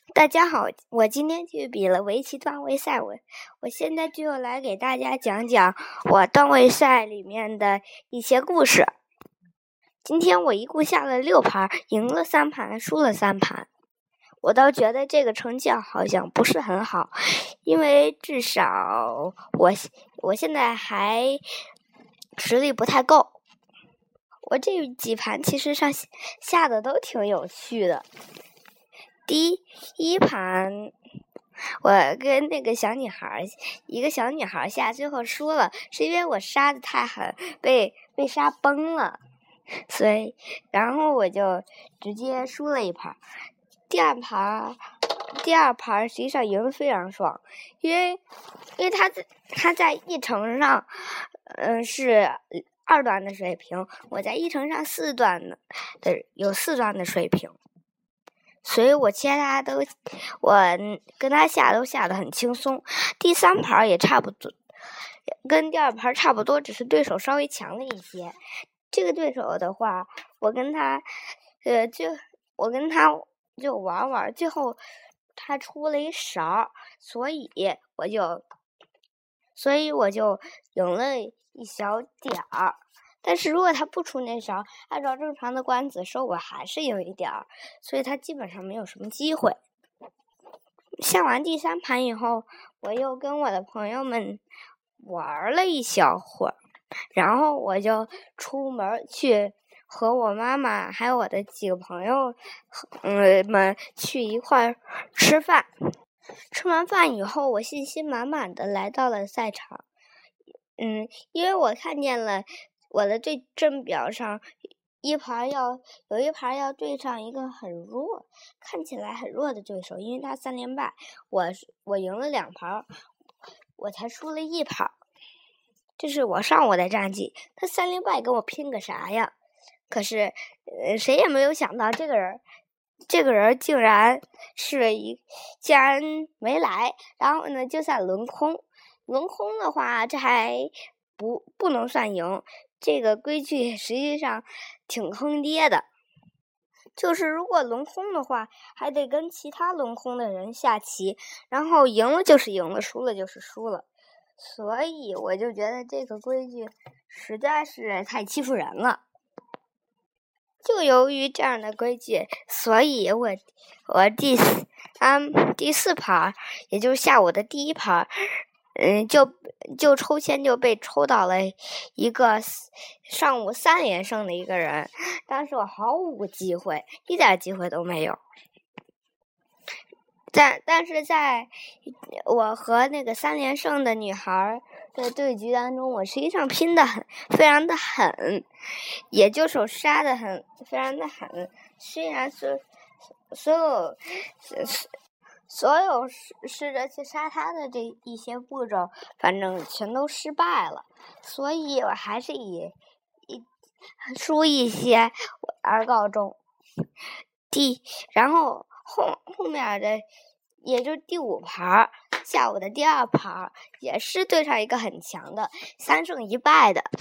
大家好，我今天去比了围棋段位赛，我现在就来给大家讲讲我段位赛里面的一些故事。今天我一共下了6盘，赢了3盘，输了3盘。我倒觉得这个成绩好像不是很好，因为至少我现在还实力不太够。我这几盘其实上下的都挺有趣的。第一盘，我跟那个一个小女孩下，最后输了，是因为我杀的太狠，被杀崩了，所以然后我就直接输了一盘。第二盘实际上赢得非常爽，因为他在议程上，是2段的水平，我在议程上有4段的水平。所以我跟他下都下得很轻松。第3盘也差不多，跟第2盘差不多，只是对手稍微强了一些。这个对手的话，我跟他就玩，最后他出了一勺，所以我就赢了一小点儿。但是如果他不出那勺，按照正常的官子收，我还是有一点儿，所以他基本上没有什么机会。下完第3盘以后，我又跟我的朋友们玩了一小会儿，然后我就出门去和我妈妈还有我的几个朋友们去一块儿吃饭。吃完饭以后，我信心满满的来到了赛场。因为我看见了我的对阵表上有一盘要对上一个看起来很弱的对手，因为他3连败，我赢了2盘，我才输了1盘。这是我上午的战绩，他3连败跟我拼个啥呀？可是谁也没有想到这个人竟然没来，然后呢就算轮空的话，这还不能算赢。这个规矩实际上挺坑爹的，就是如果轮空的话，还得跟其他轮空的人下棋，然后赢了就是赢了，输了就是输了。所以我就觉得这个规矩实在是太欺负人了。就由于这样的规矩，所以我第4盘，也就是下午的第1盘，就抽签就被抽到了一个上午3连胜的一个人，当时我毫无机会，一点机会都没有。但是在我和那个3连胜的女孩的对局当中，我实际上拼得非常的狠，也就手杀得非常的狠。虽然是所有试着去杀他的这一些步骤，反正全都失败了，所以我还是以输一些而告终。然后后面的也就第5盘，下午的第2盘也是对上一个很强的3胜1败的，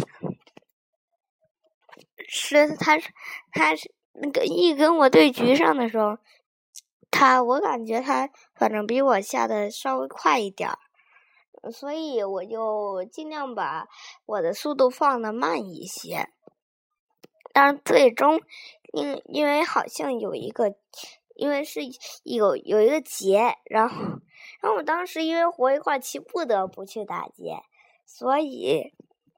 他是那个一跟我对局上的时候，我感觉他反正比我下的稍微快一点，所以我就尽量把我的速度放得慢一些。但最终因为好像因为是有一个劫，然后我当时因为活一块棋不得不去打劫，所以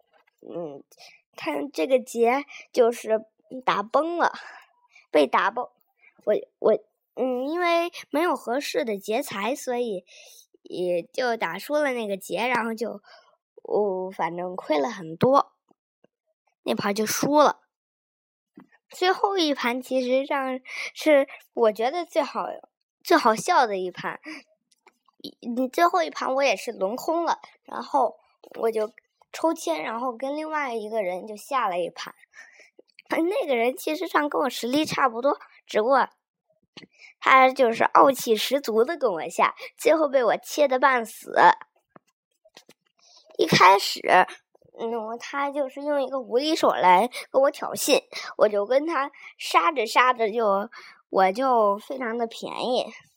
看这个劫就是打崩了，被打崩。因为没有合适的劫材，所以也就打输了那个劫，然后就反正亏了很多，那盘就输了。最后一盘其实上是我觉得最好笑的一盘。最后一盘我也是轮空了，然后我就抽签，然后跟另外一个人就下了一盘。那个人其实上跟我实力差不多，只不过他就是傲气十足的跟我下，最后被我切得半死。一开始他就是用一个无敌手来跟我挑衅，我就跟他杀着我就非常的便宜，